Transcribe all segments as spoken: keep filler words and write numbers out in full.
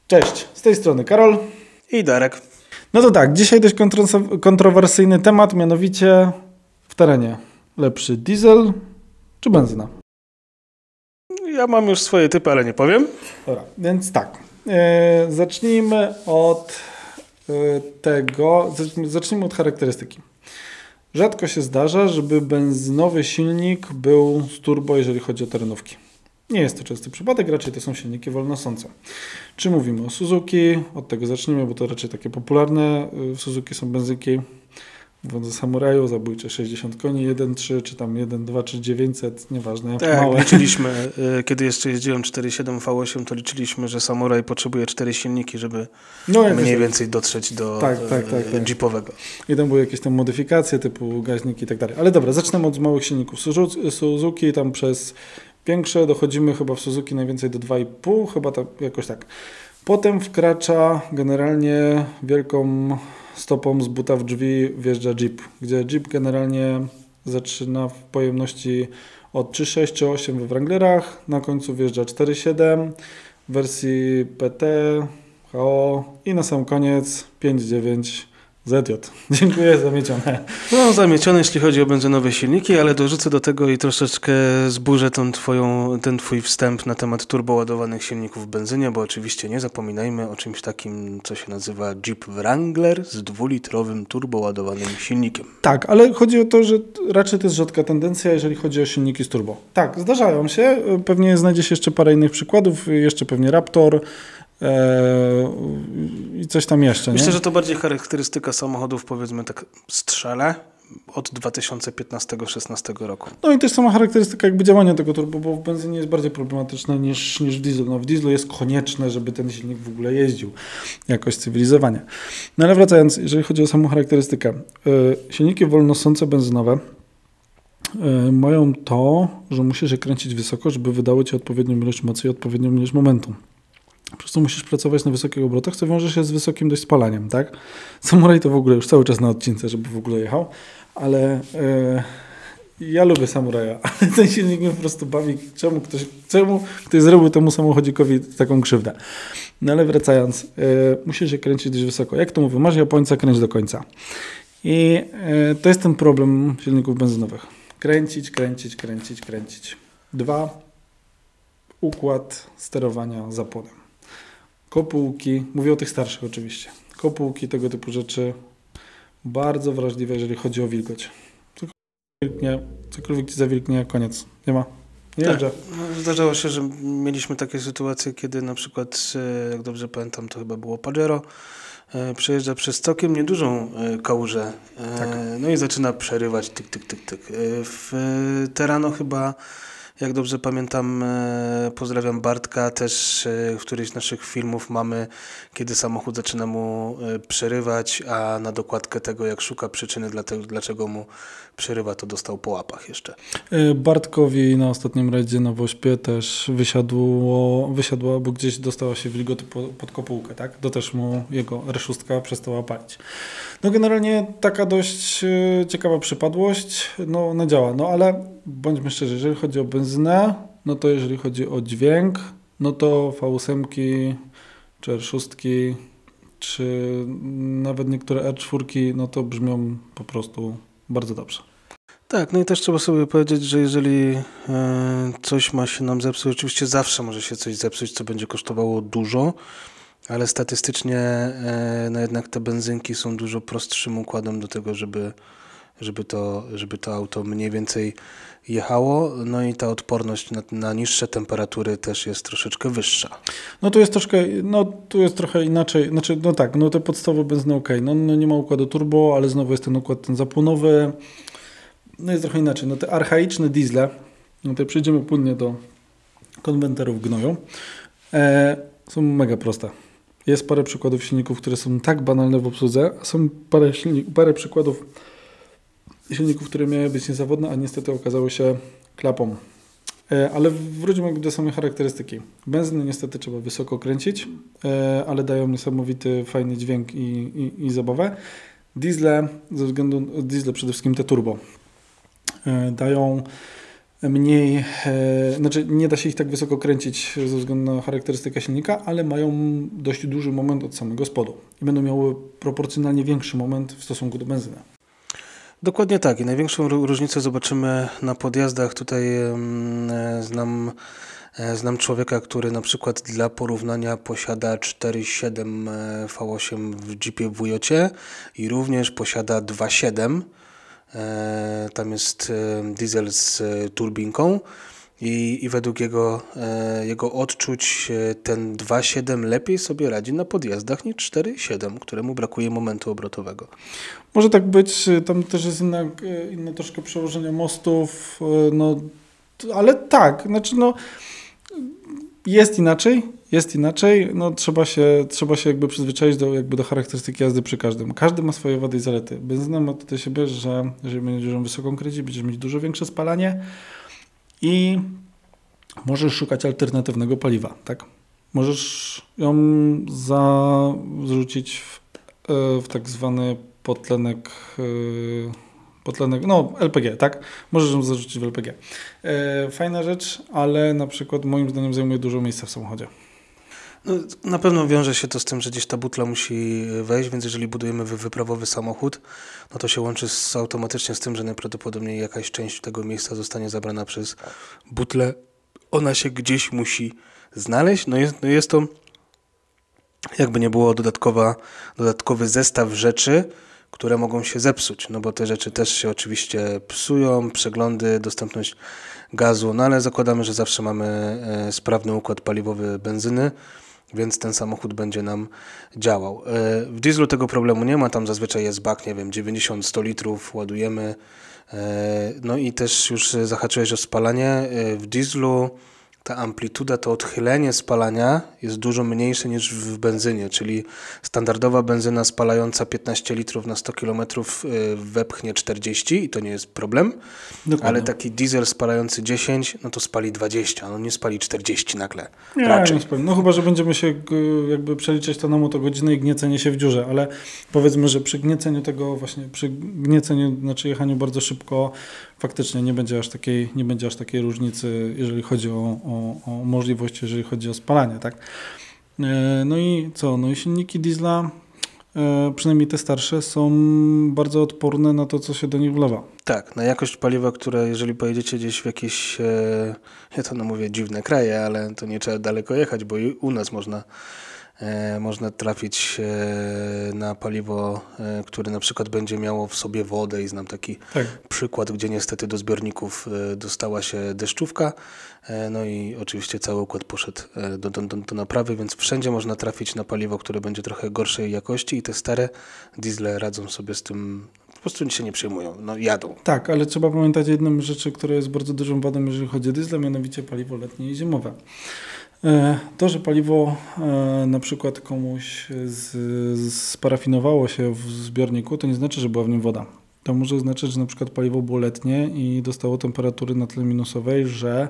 Cześć, z tej strony Karol i Darek. No to tak, dzisiaj dość kontro- kontrowersyjny temat, mianowicie w terenie. Lepszy diesel czy benzyna? Ja mam już swoje typy, ale nie powiem. Dobra, więc tak. E, zacznijmy od e, tego, zacznijmy od charakterystyki. Rzadko się zdarza, żeby benzynowy silnik był z turbo, jeżeli chodzi o terenówki. Nie jest to częsty przypadek, raczej to są silniki wolnosące. Czy mówimy o Suzuki? Od tego zacznijmy, bo to raczej takie popularne. W Suzuki są benzynki, mówiąc o Samuraju, zabójcze sześćdziesiąt koni, jeden trzy, czy tam jeden dwa, czy dziewięćset, nieważne, tak, małe. Liczyliśmy, kiedy jeszcze jeździłem cztery siedem V osiem, to liczyliśmy, że Samuraj potrzebuje cztery silniki, żeby no, mniej tak. więcej dotrzeć do tak, tak, tak, tak. jeepowego. I tam były jakieś tam modyfikacje typu gaźniki i tak dalej. Ale dobra, zaczynamy od małych silników. Suzuki tam przez większe dochodzimy chyba w Suzuki najwięcej do dwa i pół, chyba tak, jakoś tak. Potem wkracza generalnie wielką stopą z buta w drzwi wjeżdża Jeep, gdzie Jeep generalnie zaczyna w pojemności od trzy sześć czy osiem we Wranglerach, na końcu wjeżdża cztery siedem w wersji P T, H O i na sam koniec pięć dziewięć Z J. Dziękuję, zamiecione. No, zamiecione, jeśli chodzi o benzynowe silniki, ale dorzucę do tego i troszeczkę zburzę tą twoją, ten twój wstęp na temat turboładowanych silników w benzynie, bo oczywiście nie zapominajmy o czymś takim, co się nazywa Jeep Wrangler z dwulitrowym turboładowanym silnikiem. Tak, ale chodzi o to, że raczej to jest rzadka tendencja, jeżeli chodzi o silniki z turbo. Tak, zdarzają się. Pewnie znajdzie się jeszcze parę innych przykładów. Jeszcze pewnie Raptor, i coś tam jeszcze. Myślę, nie? że to bardziej charakterystyka samochodów, powiedzmy tak strzele, od dwa tysiące piętnastego szesnastego roku. No i też sama charakterystyka jakby działania tego turbo, bo w benzynie jest bardziej problematyczne niż, niż w dieslu. No w dieslu jest konieczne, żeby ten silnik w ogóle jeździł jakoś cywilizowanie. No ale wracając, jeżeli chodzi o samą charakterystykę. Yy, silniki wolnosące benzynowe yy, mają to, że musisz je kręcić wysoko, żeby wydało ci odpowiednią ilość mocy i odpowiednią ilość momentu. Po prostu musisz pracować na wysokich obrotach, co wiąże się z wysokim dość spalaniem, tak? Samuraj to w ogóle już cały czas na odcince, żeby w ogóle jechał, ale yy, ja lubię Samuraja, ale ten silnik mnie po prostu bawi, czemu ktoś, czemu ktoś zrobił temu samochodzikowi taką krzywdę. No ale wracając, yy, musisz je kręcić dość wysoko. Jak to mówię, masz Japońca, kręć do końca. I yy, to jest ten problem silników benzynowych. Kręcić, kręcić, kręcić, kręcić. Dwa, układ sterowania zapłonem. Kopułki, mówię o tych starszych oczywiście, kopułki, tego typu rzeczy, bardzo wrażliwe, jeżeli chodzi o wilgoć. Cokolwiek, wilknie, cokolwiek ci zawilknie, koniec, nie ma, nie tak. jeżdżę. No, zdarzało się, że mieliśmy takie sytuacje, kiedy na przykład, jak dobrze pamiętam, to chyba było Pajero, przejeżdża przez całkiem niedużą kałużę, tak. No i zaczyna przerywać tyk, tyk, tyk, tyk. W Terrano chyba, jak dobrze pamiętam, pozdrawiam Bartka, też w którejś z naszych filmów mamy, kiedy samochód zaczyna mu przerywać, a na dokładkę tego, jak szuka przyczyny, dlaczego mu przerywa, to dostał po łapach jeszcze. Bartkowi na ostatnim rajdzie na Wośpie też wysiadło, wysiadła, bo gdzieś dostała się wilgoty pod kopułkę, tak? To też mu jego R sześć przestała palić. No generalnie taka dość ciekawa przypadłość, no, no działa, no ale bądźmy szczerzy, jeżeli chodzi o benzynę, no to jeżeli chodzi o dźwięk, no to V osiem czy R sześć, czy nawet niektóre R cztery, no to brzmią po prostu bardzo dobrze. Tak, no i też trzeba sobie powiedzieć, że jeżeli e, coś ma się nam zepsuć, oczywiście zawsze może się coś zepsuć, co będzie kosztowało dużo, ale statystycznie e, no jednak te benzynki są dużo prostszym układem do tego, żeby, żeby, to, żeby to auto mniej więcej jechało, no i ta odporność na, na niższe temperatury też jest troszeczkę wyższa. No tu jest troszkę, no tu jest trochę inaczej, znaczy no tak, no te podstawowe benzyny ok, no, no nie ma układu turbo, ale znowu jest ten układ ten zapłonowy, no jest trochę inaczej, no te archaiczne diesle, no to przejdziemy płynnie do konwenterów gnoju, e, są mega proste. Jest parę przykładów silników, które są tak banalne w obsłudze, a są parę, silnik, parę przykładów silników, które miały być niezawodne, a niestety okazały się klapą. E, ale wróćmy do samej charakterystyki. Benzyny niestety trzeba wysoko kręcić, e, ale dają niesamowity, fajny dźwięk i, i, i zabawę. Diesle, ze względu diesle przede wszystkim te turbo, e, dają mniej, e, znaczy nie da się ich tak wysoko kręcić ze względu na charakterystykę silnika, ale mają dość duży moment od samego spodu i będą miały proporcjonalnie większy moment w stosunku do benzyny. Dokładnie tak i największą różnicę zobaczymy na podjazdach. Tutaj e, znam, e, znam człowieka, który na przykład dla porównania posiada cztery siedem V osiem w Jeepie W J i również posiada dwa siedem. E, tam jest e, diesel z e, turbinką i, i według jego, e, jego odczuć e, ten dwa siedem lepiej sobie radzi na podjazdach niż cztery siedem, któremu brakuje momentu obrotowego. Może tak być, tam też jest inna, inne troszkę przełożenie mostów, no, ale tak, znaczy no jest inaczej, jest inaczej, no trzeba się, trzeba się jakby przyzwyczaić do, jakby do charakterystyki jazdy przy każdym. Każdy ma swoje wady i zalety. Benzyna ma to do siebie, że jeżeli będziesz ją wysoką kręcić, będziesz mieć dużo większe spalanie i możesz szukać alternatywnego paliwa, tak? Możesz ją za, zrzucić w, w tak zwany potlenek, potlenek, no L P G, tak? Możesz ją zarzucić w L P G. Fajna rzecz, ale na przykład moim zdaniem zajmuje dużo miejsca w samochodzie. No, na pewno wiąże się to z tym, że gdzieś ta butla musi wejść, więc jeżeli budujemy wyprawowy samochód, no to się łączy z, automatycznie z tym, że najprawdopodobniej jakaś część tego miejsca zostanie zabrana przez butlę. Ona się gdzieś musi znaleźć. No jest, no jest to, jakby nie było, dodatkowa, dodatkowy zestaw rzeczy, które mogą się zepsuć, no bo te rzeczy też się oczywiście psują, przeglądy, dostępność gazu, no ale zakładamy, że zawsze mamy e, sprawny układ paliwowy benzyny, więc ten samochód będzie nam działał. E, w dieslu tego problemu nie ma, tam zazwyczaj jest bak, nie wiem, dziewięćdziesiąt sto litrów, ładujemy, e, no i też już zahaczyłeś o spalanie. E, w dieslu ta amplituda, to odchylenie spalania jest dużo mniejsze niż w benzynie, czyli standardowa benzyna spalająca piętnaście litrów na sto kilometrów wepchnie czterdzieści i to nie jest problem, dokładnie. Ale taki diesel spalający dziesięć, no to spali dwadzieścia, no nie spali czterdzieści nagle. Nie, raczej. Nie spali. No chyba, że będziemy się jakby przeliczać to na motogodziny i gniecenie się w dziurze, ale powiedzmy, że przy gnieceniu tego właśnie, przy gnieceniu, znaczy jechaniu bardzo szybko faktycznie nie będzie aż takiej, nie będzie aż takiej różnicy, jeżeli chodzi o, o, o możliwość, jeżeli chodzi o spalanie, tak? No i co? No i silniki diesla, przynajmniej te starsze, są bardzo odporne na to, co się do nich wlewa. Tak, na jakość paliwa, które jeżeli pojedziecie gdzieś w jakieś, ja to no mówię, dziwne kraje, ale to nie trzeba daleko jechać, bo i u nas można E, można trafić e, na paliwo, e, które na przykład będzie miało w sobie wodę i znam taki tak. przykład, gdzie niestety do zbiorników e, dostała się deszczówka, e, no i oczywiście cały układ poszedł e, do, do, do naprawy, więc wszędzie można trafić na paliwo, które będzie trochę gorszej jakości i te stare diesle radzą sobie z tym, po prostu się nie przejmują, no jadą. Tak, ale trzeba pamiętać o jedną rzeczy, która jest bardzo dużą wadą, jeżeli chodzi o diesle, mianowicie paliwo letnie i zimowe. To, że paliwo na przykład komuś z, sparafinowało się w zbiorniku, to nie znaczy, że była w nim woda. To może znaczyć, że na przykład paliwo było letnie i dostało temperatury na tyle minusowej, że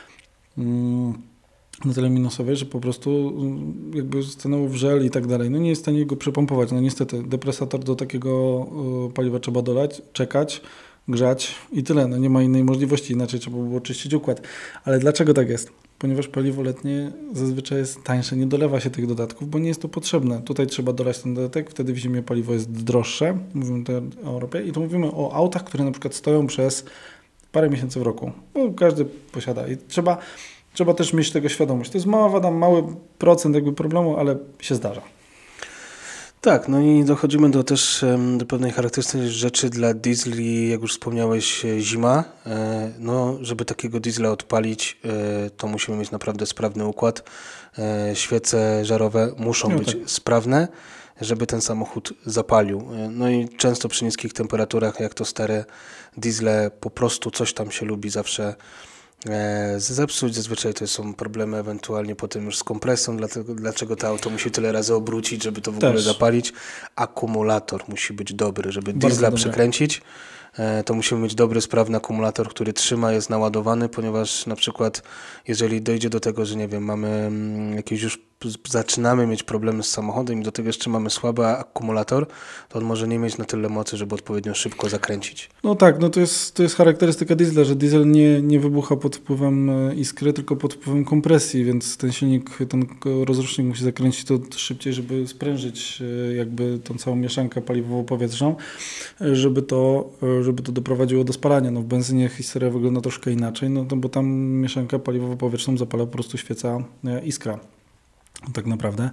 na tyle minusowej, że po prostu jakby stanęło w żel i tak dalej. No nie jest w stanie go przepompować. No niestety depresator do takiego paliwa trzeba dolać, czekać, grzać i tyle. No nie ma innej możliwości, inaczej trzeba było czyścić układ. Ale dlaczego tak jest? Ponieważ paliwo letnie zazwyczaj jest tańsze, nie dolewa się tych dodatków, bo nie jest to potrzebne. Tutaj trzeba dolać ten dodatek, wtedy w zimie paliwo jest droższe, mówimy tutaj o Europie i to mówimy o autach, które na przykład stoją przez parę miesięcy w roku, bo każdy posiada i trzeba, trzeba też mieć tego świadomość. To jest mała wada, mały procent jakby problemu, ale się zdarza. Tak, no i dochodzimy do też do pewnej charakterystycznej rzeczy dla diesli, jak już wspomniałeś, zima. No, żeby takiego diesla odpalić, to musimy mieć naprawdę sprawny układ. Świece żarowe muszą no być tak. sprawne, żeby ten samochód zapalił. No i często przy niskich temperaturach, jak to stare diesle, po prostu coś tam się lubi zawsze zepsuć. Zazwyczaj to są problemy ewentualnie potem już z kompresją, dlatego, dlaczego to auto musi tyle razy obrócić, żeby to w ogóle Też. zapalić. Akumulator musi być dobry, żeby Bardzo diesla dobre. przekręcić. To musimy mieć dobry, sprawny akumulator, który trzyma, jest naładowany, ponieważ na przykład jeżeli dojdzie do tego, że nie wiem, mamy jakieś już zaczynamy mieć problemy z samochodem i do tego jeszcze mamy słaby akumulator, to on może nie mieć na tyle mocy, żeby odpowiednio szybko zakręcić. No tak, no to jest, to jest charakterystyka diesla, że diesel nie, nie wybucha pod wpływem iskry, tylko pod wpływem kompresji, więc ten silnik, ten rozrusznik musi zakręcić to szybciej, żeby sprężyć jakby tą całą mieszankę paliwowo-powietrzną, żeby to, żeby to doprowadziło do spalania. No w benzynie historia wygląda troszkę inaczej, no to bo tam mieszankę paliwowo-powietrzną zapala po prostu świeca iskra. Tak naprawdę.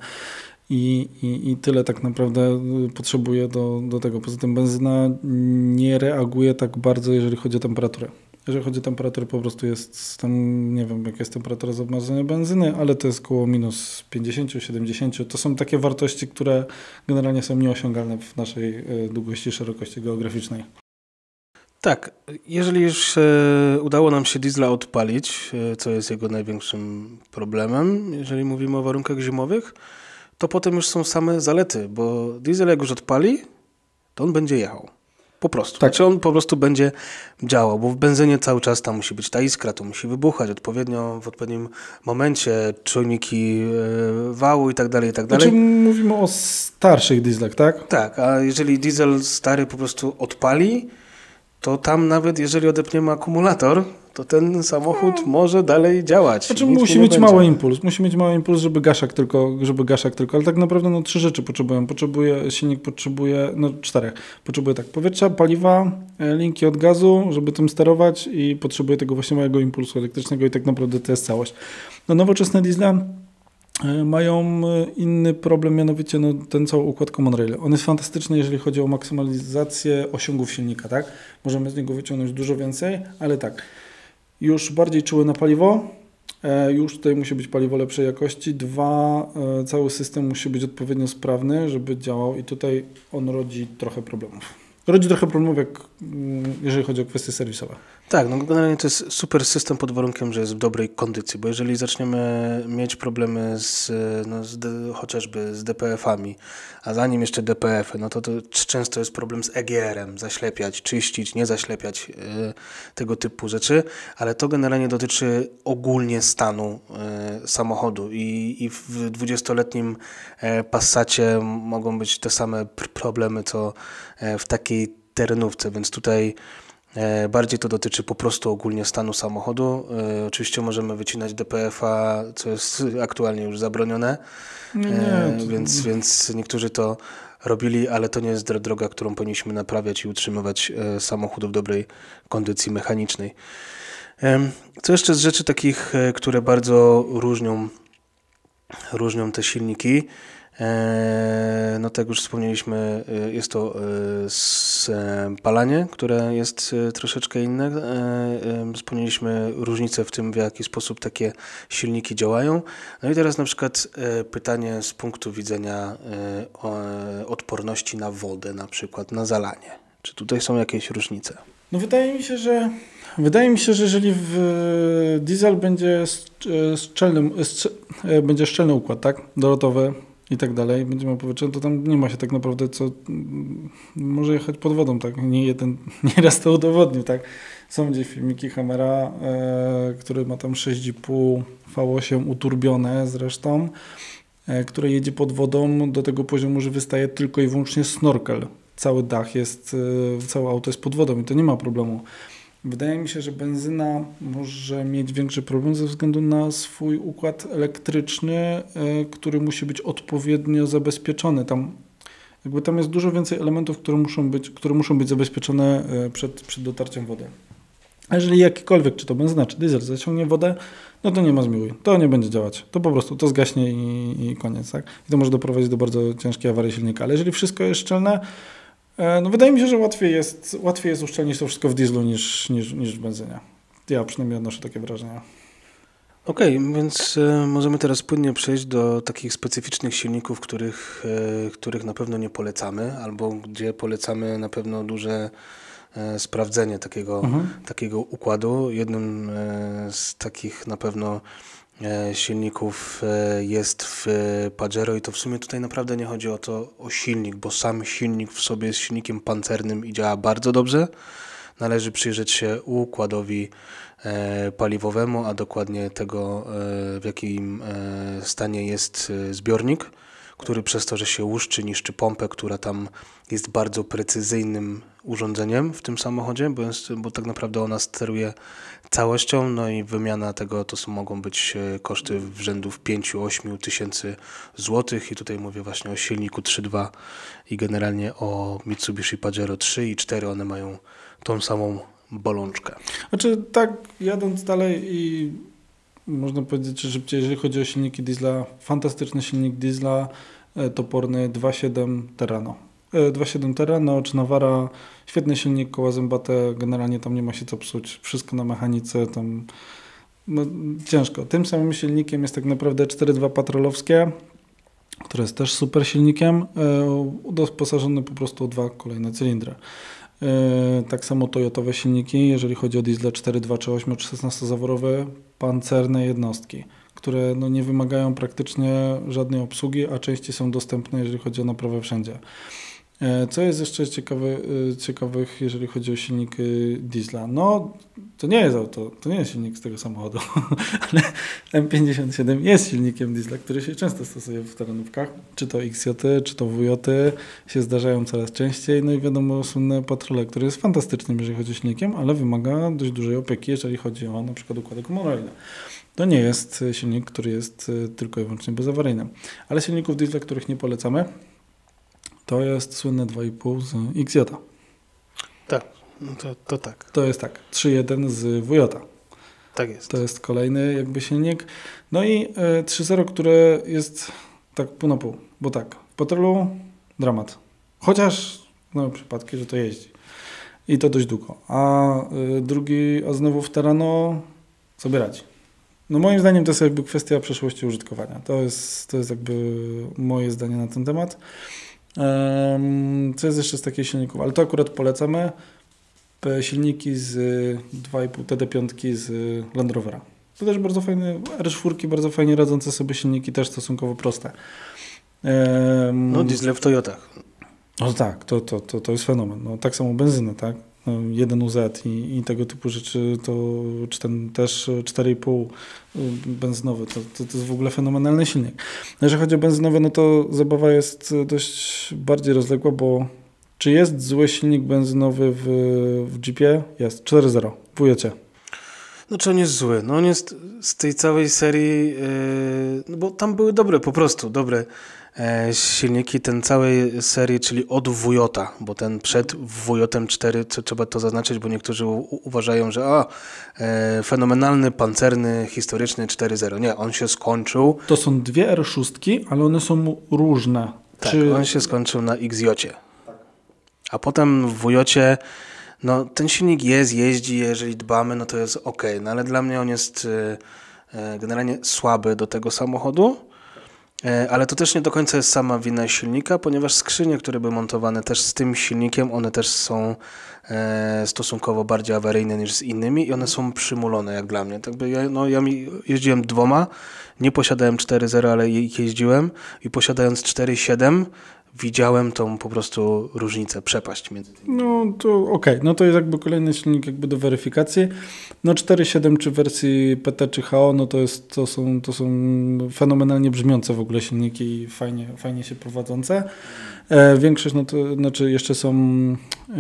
I, i, I tyle tak naprawdę potrzebuje do, do tego. Poza tym benzyna nie reaguje tak bardzo, jeżeli chodzi o temperaturę. Jeżeli chodzi o temperaturę, po prostu jest tam, nie wiem jaka jest temperatura zamarzania benzyny, ale to jest około minus pięćdziesiąt do siedemdziesięciu. To są takie wartości, które generalnie są nieosiągalne w naszej długości, szerokości geograficznej. Tak, jeżeli już e, udało nam się diesla odpalić, e, co jest jego największym problemem, jeżeli mówimy o warunkach zimowych, to potem już są same zalety, bo diesel jak już odpali, to on będzie jechał. Po prostu. Tak. Znaczy on po prostu będzie działał, bo w benzynie cały czas tam musi być ta iskra, to musi wybuchać odpowiednio, w odpowiednim momencie, czujniki e, wału i tak dalej, i tak dalej. Znaczy mówimy o starszych dieslach, tak? Tak, a jeżeli diesel stary po prostu odpali, to tam nawet jeżeli odepniemy akumulator, to ten samochód no. może dalej działać. Znaczy musi mieć mały impuls, musi mieć mały impuls, żeby gaszak tylko, żeby gaszak tylko, ale tak naprawdę no trzy rzeczy potrzebują. Potrzebuje, silnik potrzebuje, no czterech. Potrzebuje tak powietrza, paliwa, linki od gazu, żeby tym sterować i potrzebuje tego właśnie małego impulsu elektrycznego i tak naprawdę to jest całość. No nowoczesne diesle mają inny problem, mianowicie no, ten cały układ Common Rail. On jest fantastyczny, jeżeli chodzi o maksymalizację osiągów silnika, tak? Możemy z niego wyciągnąć dużo więcej, ale tak, już bardziej czuły na paliwo, już tutaj musi być paliwo lepszej jakości. Dwa, cały system musi być odpowiednio sprawny, żeby działał i tutaj on rodzi trochę problemów. Rodzi trochę problemów, jak, jeżeli chodzi o kwestie serwisowe. Tak, no generalnie to jest super system pod warunkiem, że jest w dobrej kondycji, bo jeżeli zaczniemy mieć problemy z, no, z de, chociażby z D P F-ami, a zanim jeszcze D P F-y, no to, to często jest problem z E G R-em, zaślepiać, czyścić, nie zaślepiać, yy, tego typu rzeczy, ale to generalnie dotyczy ogólnie stanu yy, samochodu i, i w dwudziestoletnim yy, Passacie mogą być te same pr- problemy, co yy, w takiej terenówce, więc tutaj bardziej to dotyczy po prostu ogólnie stanu samochodu. E, oczywiście możemy wycinać D P F-a, co jest aktualnie już zabronione, nie, nie, e, to... więc, więc niektórzy to robili, ale to nie jest droga, którą powinniśmy naprawiać i utrzymywać e, samochód w dobrej kondycji mechanicznej. E, co jeszcze z rzeczy takich, e, które bardzo różnią, różnią te silniki? No tak jak już wspomnieliśmy, jest to spalanie, które jest troszeczkę inne. Wspomnieliśmy różnice w tym, w jaki sposób takie silniki działają. No i teraz na przykład pytanie z punktu widzenia odporności na wodę, na przykład na zalanie. Czy tutaj są jakieś różnice? No wydaje mi się, że Wydaje mi się, że jeżeli w diesel będzie szczelny, będzie szczelny układ, tak, dolotowy i tak dalej, będzie miał powietrze, to tam nie ma się tak naprawdę co, może jechać pod wodą, tak, nie jeden, nieraz to udowodnił, tak. Są gdzieś filmiki Hammera, e, który ma tam sześć i pół V osiem uturbione zresztą, e, które jedzie pod wodą do tego poziomu, że wystaje tylko i wyłącznie snorkel. Cały dach jest, e, całe auto jest pod wodą i to nie ma problemu. Wydaje mi się, że benzyna może mieć większy problem ze względu na swój układ elektryczny, który musi być odpowiednio zabezpieczony. Tam, jakby tam jest dużo więcej elementów, które muszą być, które muszą być zabezpieczone przed, przed dotarciem wody. A jeżeli jakikolwiek, czy to benzyna, czy diesel zaciągnie wodę, no to nie ma zmiłuj. To nie będzie działać. To po prostu to zgaśnie i, i koniec. Tak? I to może doprowadzić do bardzo ciężkiej awarii silnika. Ale jeżeli wszystko jest szczelne, no wydaje mi się, że łatwiej jest, łatwiej jest uszczelnić to wszystko w dieslu niż, niż, niż w benzynie. Ja przynajmniej odnoszę takie wrażenia. Okej, okay, więc y, możemy teraz płynnie przejść do takich specyficznych silników, których, y, których na pewno nie polecamy, albo gdzie polecamy na pewno duże y, sprawdzenie takiego, mhm. takiego układu. Jednym y, z takich na pewno silników jest w Pajero i to w sumie tutaj naprawdę nie chodzi o to, o silnik, bo sam silnik w sobie jest silnikiem pancernym i działa bardzo dobrze. należy przyjrzeć się układowi e, paliwowemu, a dokładnie tego, e, w jakim e, stanie jest e, zbiornik, który przez to, że się łuszczy, niszczy pompę, która tam jest bardzo precyzyjnym urządzeniem w tym samochodzie, bo, jest, bo tak naprawdę ona steruje całością, no i wymiana tego to są, mogą być koszty w rzędów pięć do ośmiu tysięcy złotych i tutaj mówię właśnie o silniku trzy dwa i generalnie o Mitsubishi Pajero trzy i cztery, one mają tą samą bolączkę. Znaczy tak, jadąc dalej i można powiedzieć, że szybciej, jeżeli chodzi o silniki diesla, fantastyczny silnik diesla, toporny dwa siedem Terrano. dwa siedem Terrano czy Navara, świetny silnik, koła zębate, generalnie tam nie ma się co psuć, wszystko na mechanice, tam no, ciężko. Tym samym silnikiem jest tak naprawdę cztery dwa patrolowskie, które jest też super silnikiem, doposażone po prostu o dwa kolejne cylindry. Tak samo toyotowe silniki, jeżeli chodzi o diesle cztery dwa czy osiem czy szesnastozaworowe, pancerne jednostki, które no, nie wymagają praktycznie żadnej obsługi, a częściej są dostępne, jeżeli chodzi o naprawę wszędzie. Co jest jeszcze ciekawe, ciekawych, jeżeli chodzi o silniki diesla? No, to nie jest auto, to nie jest silnik z tego samochodu, ale M pięćdziesiąt siedem jest silnikiem diesla, który się często stosuje w terenówkach, czy to X J, czy to W J, się zdarzają coraz częściej, no i wiadomo, słynne Patrole, który jest fantastycznym, jeżeli chodzi o silnikiem, ale wymaga dość dużej opieki, jeżeli chodzi o na przykład układy komoroidne. To nie jest silnik, który jest tylko i wyłącznie bezawaryjny, ale silników diesla, których nie polecamy, to jest słynne dwa i pół z X J. Tak, no to, to tak. To jest tak, trzy jeden z W J. Tak jest. To jest kolejny jakby silnik. No i y, trzy zero, które jest tak pół na pół, bo tak, w Patrolu dramat. Chociaż no przypadki, że to jeździ. I to dość długo. A y, drugi, a znowu w Terrano sobie radzi. No moim zdaniem to jest jakby kwestia przeszłości użytkowania. To jest, to jest jakby moje zdanie na ten temat. Co jest jeszcze z takich silników, ale to akurat polecamy. Silniki z dwa i pół T D pięć z Land Rovera. To też bardzo fajne, R cztery, bardzo fajnie radzące sobie silniki, też stosunkowo proste. No diesle w Toyotach. No tak, to, to, to, to jest fenomen. No, tak samo benzyny, tak? No, jeden U Z i, i tego typu rzeczy, to, czy ten też cztery i pół benzynowy, to, to, to jest w ogóle fenomenalny silnik. No, jeżeli chodzi o benzynowe, no to zabawa jest dość bardziej rozległa, bo czy jest zły silnik benzynowy w, w Jeepie? Jest, cztery zero, w Wujecie. No czy on jest zły? No on jest z tej całej serii, yy, no bo tam były dobre, po prostu dobre e, silniki, ten całej serii, czyli od Wujota, bo ten przed Wujotem cztery, co trzeba to zaznaczyć, bo niektórzy u, uważają, że a, e, fenomenalny, pancerny, historyczny cztery zero. Nie, on się skończył. To są dwie R sześć, ale one są różne. Tak, czy... on się skończył na X J. A potem w Wujocie no ten silnik jest, jeździ, jeżeli dbamy, no to jest ok, no ale dla mnie on jest y, y, generalnie słaby do tego samochodu, y, ale to też nie do końca jest sama wina silnika, ponieważ skrzynie, które były montowane też z tym silnikiem, one też są y, stosunkowo bardziej awaryjne niż z innymi i one są przymulone jak dla mnie. Tak by ja, no, ja mi jeździłem dwoma, nie posiadałem cztery zero, ale ich jeździłem i posiadając cztery siedem widziałem tą po prostu różnicę, przepaść między tymi. No to okej, okay. No to jest jakby kolejny silnik jakby do weryfikacji. No cztery siedem czy w wersji P T czy H O, no to, jest, to, są, to są fenomenalnie brzmiące w ogóle silniki i fajnie, fajnie się prowadzące. E, większość, no to znaczy jeszcze są e,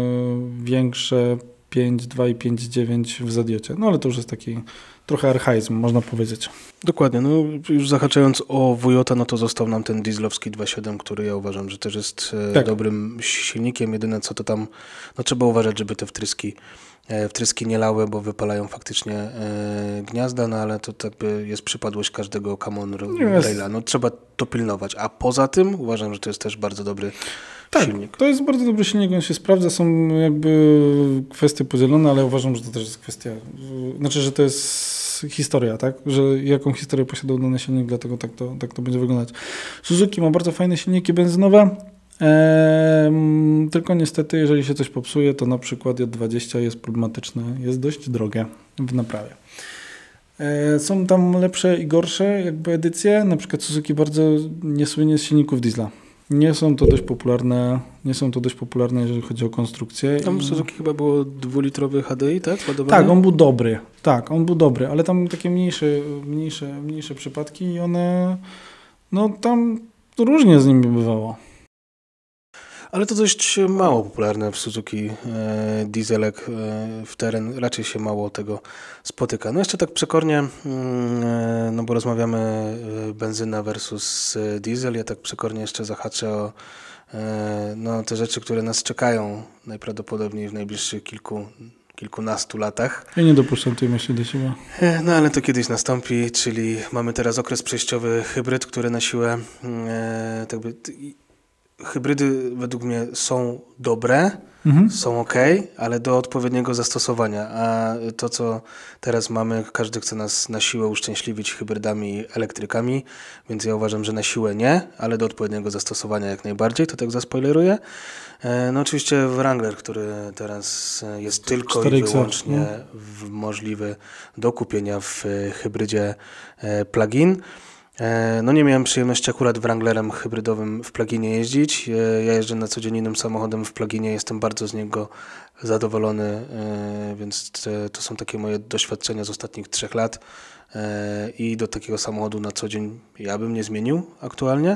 większe pięć dwa i pięć dziewięć w Zadiocie. No ale to już jest taki trochę archaizm, można powiedzieć. Dokładnie, no już zahaczając o Wujota, no to został nam ten dieslowski dwa siedem, który ja uważam, że też jest tak. dobrym silnikiem. Jedyne co to tam, no trzeba uważać, żeby te wtryski, wtryski nie lały, bo wypalają faktycznie e, gniazda, no ale to jakby jest przypadłość każdego Common Raila. No trzeba to pilnować, a poza tym uważam, że to jest też bardzo dobry tak, silnik. To jest bardzo dobry silnik, on się sprawdza, są jakby kwestie podzielone, ale uważam, że to też jest kwestia, znaczy, że to jest historia, tak? Że jaką historię posiadał dany silnik, dlatego tak to, tak to będzie wyglądać. Suzuki ma bardzo fajne silniki benzynowe, eee, tylko niestety, jeżeli się coś popsuje, to na przykład J dwadzieścia jest problematyczne, jest dość drogie w naprawie. Eee, są tam lepsze i gorsze jakby edycje, na przykład Suzuki bardzo nie słynie z silników diesla. Nie są to dość popularne, nie są to dość popularne, jeżeli chodzi o konstrukcję. Tam w I- Suzuki chyba było dwulitrowy H D I, tak? Ładowanie? Tak, on był dobry. Tak, on był dobry, ale tam takie mniejsze, mniejsze, mniejsze przypadki i one, no tam różnie z nimi bywało. Ale to dość mało popularne w Suzuki e, dieselek e, w teren. Raczej się mało tego spotyka. No jeszcze tak przekornie, mm, e, no bo rozmawiamy e, benzyna versus e, diesel. Ja tak przekornie jeszcze zahaczę o e, no, te rzeczy, które nas czekają najprawdopodobniej w najbliższych kilku, kilkunastu latach. Ja nie dopuszczam tej myśli do siebie. E, No ale to kiedyś nastąpi, czyli mamy teraz okres przejściowy hybryd, który na siłę e, tak by, t- i- hybrydy według mnie są dobre, Mhm. są ok, ale do odpowiedniego zastosowania, a to co teraz mamy, każdy chce nas na siłę uszczęśliwić hybrydami i elektrykami, więc ja uważam, że na siłę nie, ale do odpowiedniego zastosowania jak najbardziej, to tak zaspoileruję. E, No oczywiście Wrangler, który teraz e, jest tylko i cztery X, wyłącznie no. w- możliwy do kupienia w e, hybrydzie e, plug-in. E, No nie miałem przyjemności akurat Wranglerem hybrydowym w pluginie jeździć. E, Ja jeżdżę na co dzień innym samochodem w pluginie, jestem bardzo z niego zadowolony, e, więc te, to są takie moje doświadczenia z ostatnich trzech lat e, i do takiego samochodu na co dzień ja bym nie zmienił aktualnie.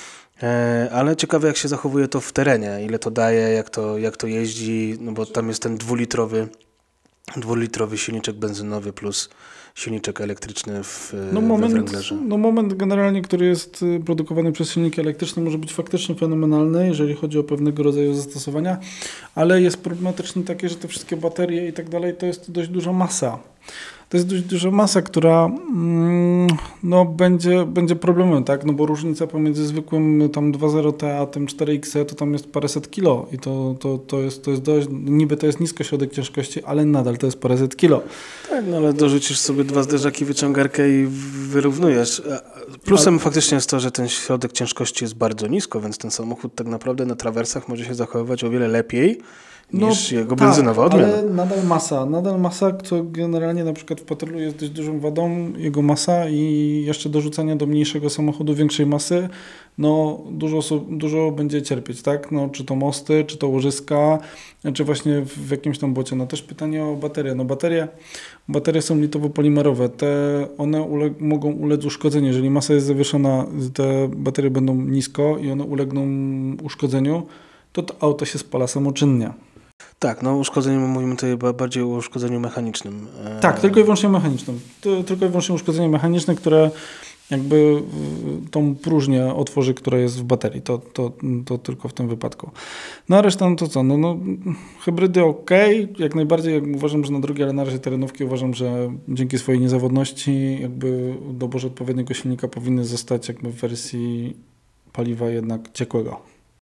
E, Ale ciekawe jak się zachowuje to w terenie, ile to daje, jak to, jak to jeździ, no bo tam jest ten dwulitrowy, dwulitrowy silniczek benzynowy plus silniczek elektryczny w, No we moment, Wranglerze. no moment generalnie, który jest y, produkowany przez silniki elektryczne, może być faktycznie fenomenalny, jeżeli chodzi o pewnego rodzaju zastosowania, ale jest problematyczne takie, że te wszystkie baterie i tak dalej, to jest dość duża masa. To jest dość duża masa, która mm, no, będzie, będzie problemem, tak? No bo różnica pomiędzy zwykłym tam dwa zero T a tym cztery X to tam jest paręset kilo i to, to, to, jest, to jest dość, niby to jest nisko środek ciężkości, ale nadal to jest paręset kilo. Tak, no ale dorzucisz sobie dwa zderzaki, wyciągarkę i wyrównujesz. A Plusem faktycznie jest to, że ten środek ciężkości jest bardzo nisko, więc ten samochód tak naprawdę na trawersach może się zachowywać o wiele lepiej niż jego benzynowa odmiana. ale nadal masa, nadal masa, co generalnie na przykład w patrolu jest dość dużą wadą, jego masa i jeszcze dorzucanie do mniejszego samochodu większej masy, no dużo, osób- dużo będzie cierpieć, tak? No, czy to mosty, czy to łożyska, czy właśnie w, w jakimś tam bocie. No też pytanie o baterie. No baterie, baterie są litowo-polimerowe, te, one ule, mogą ulec uszkodzeniu. Jeżeli masa jest zawieszona, te baterie będą nisko i one ulegną uszkodzeniu, to to auto się spala samoczynnie. Tak, no uszkodzeniu, mówimy tutaj ba- bardziej o uszkodzeniu mechanicznym. E, Tak, tylko i wyłącznie mechanicznym. To, tylko i wyłącznie uszkodzenie mechaniczne, które jakby y, tą próżnię otworzy, która jest w baterii. To, to, to tylko w tym wypadku. No a reszta, no to co? No, no, hybrydy ok, jak najbardziej jak uważam, że na drogie, ale na razie terenówki uważam, że dzięki swojej niezawodności jakby doborze odpowiedniego silnika powinny zostać jakby w wersji paliwa jednak ciekłego.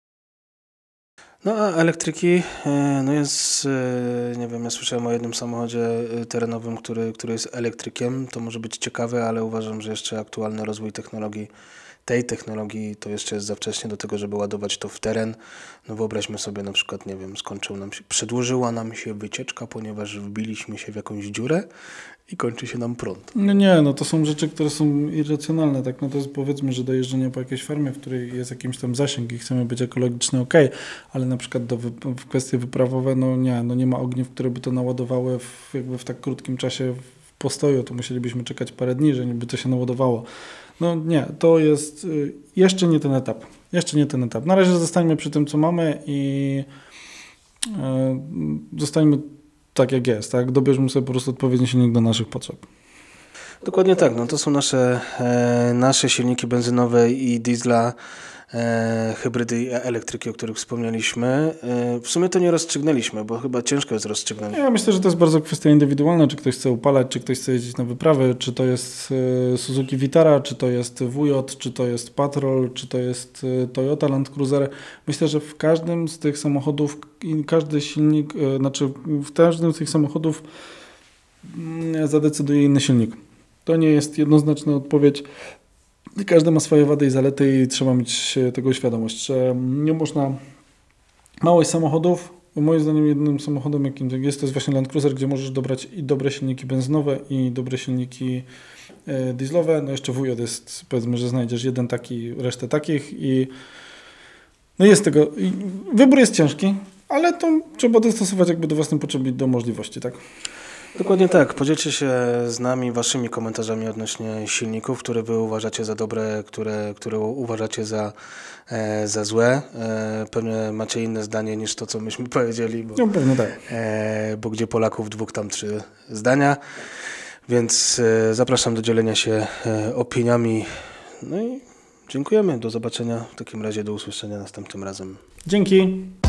No a elektryki, e, no jest, e, nie wiem, ja słyszałem o jednym samochodzie e, terenowym, który, który jest elektrykiem, to może być ciekawe, ale uważam, że jeszcze aktualny rozwój technologii, tej technologii to jeszcze jest za wcześnie do tego, żeby ładować to w teren. No wyobraźmy sobie na przykład, nie wiem, skończył nam się, przedłużyła nam się wycieczka, ponieważ wbiliśmy się w jakąś dziurę i kończy się nam prąd. No nie, no to są rzeczy, które są irracjonalne, tak, no to jest powiedzmy, że do jeżdżenia po jakiejś farmie, w której jest jakiś tam zasięg i chcemy być ekologiczny, okej, ale na przykład do wy, w kwestie wyprawowe, no nie, no nie ma ogniw, które by to naładowały w, jakby w tak krótkim czasie w postoju, to musielibyśmy czekać parę dni, żeby to się naładowało. No nie, to jest y, jeszcze nie ten etap, jeszcze nie ten etap. Na razie zostańmy przy tym, co mamy i y, zostańmy tak jak jest, tak? Dobierzmy sobie po prostu odpowiedni silnik do naszych potrzeb. Dokładnie tak, no to są nasze, e, nasze silniki benzynowe i diesla, e, hybrydy i elektryki, o których wspomnieliśmy. E, w sumie to nie rozstrzygnęliśmy, bo chyba ciężko jest rozstrzygnąć. Ja myślę, że to jest bardzo kwestia indywidualna, czy ktoś chce upalać, czy ktoś chce jeździć na wyprawy, czy to jest e, Suzuki Vitara, czy to jest W J, czy to jest Patrol, czy to jest e, Toyota Land Cruiser. Myślę, że w każdym z tych samochodów, i każdy silnik, e, znaczy w każdym z tych samochodów mm, zadecyduje inny silnik. To nie jest jednoznaczna odpowiedź. Każdy ma swoje wady i zalety i trzeba mieć tego świadomość, że nie można... Małość samochodów, moim zdaniem jedynym samochodem, jakim jest, to jest właśnie Land Cruiser, gdzie możesz dobrać i dobre silniki benzynowe i dobre silniki e, dieslowe. No jeszcze W J jest, powiedzmy, że znajdziesz jeden taki, resztę takich i No jest tego, i wybór jest ciężki, ale to trzeba dostosować jakby do własnej potrzeby i do możliwości, tak? Dokładnie tak. Podzielcie się z nami waszymi komentarzami odnośnie silników, które wy uważacie za dobre, które, które uważacie za, e, za złe. E, pewnie macie inne zdanie niż to, co myśmy powiedzieli, bo, No pewnie tak. e, bo gdzie Polaków dwóch, tam trzy zdania. Więc e, zapraszam do dzielenia się e, opiniami. No i dziękujemy. Do zobaczenia. W takim razie do usłyszenia następnym razem. Dzięki.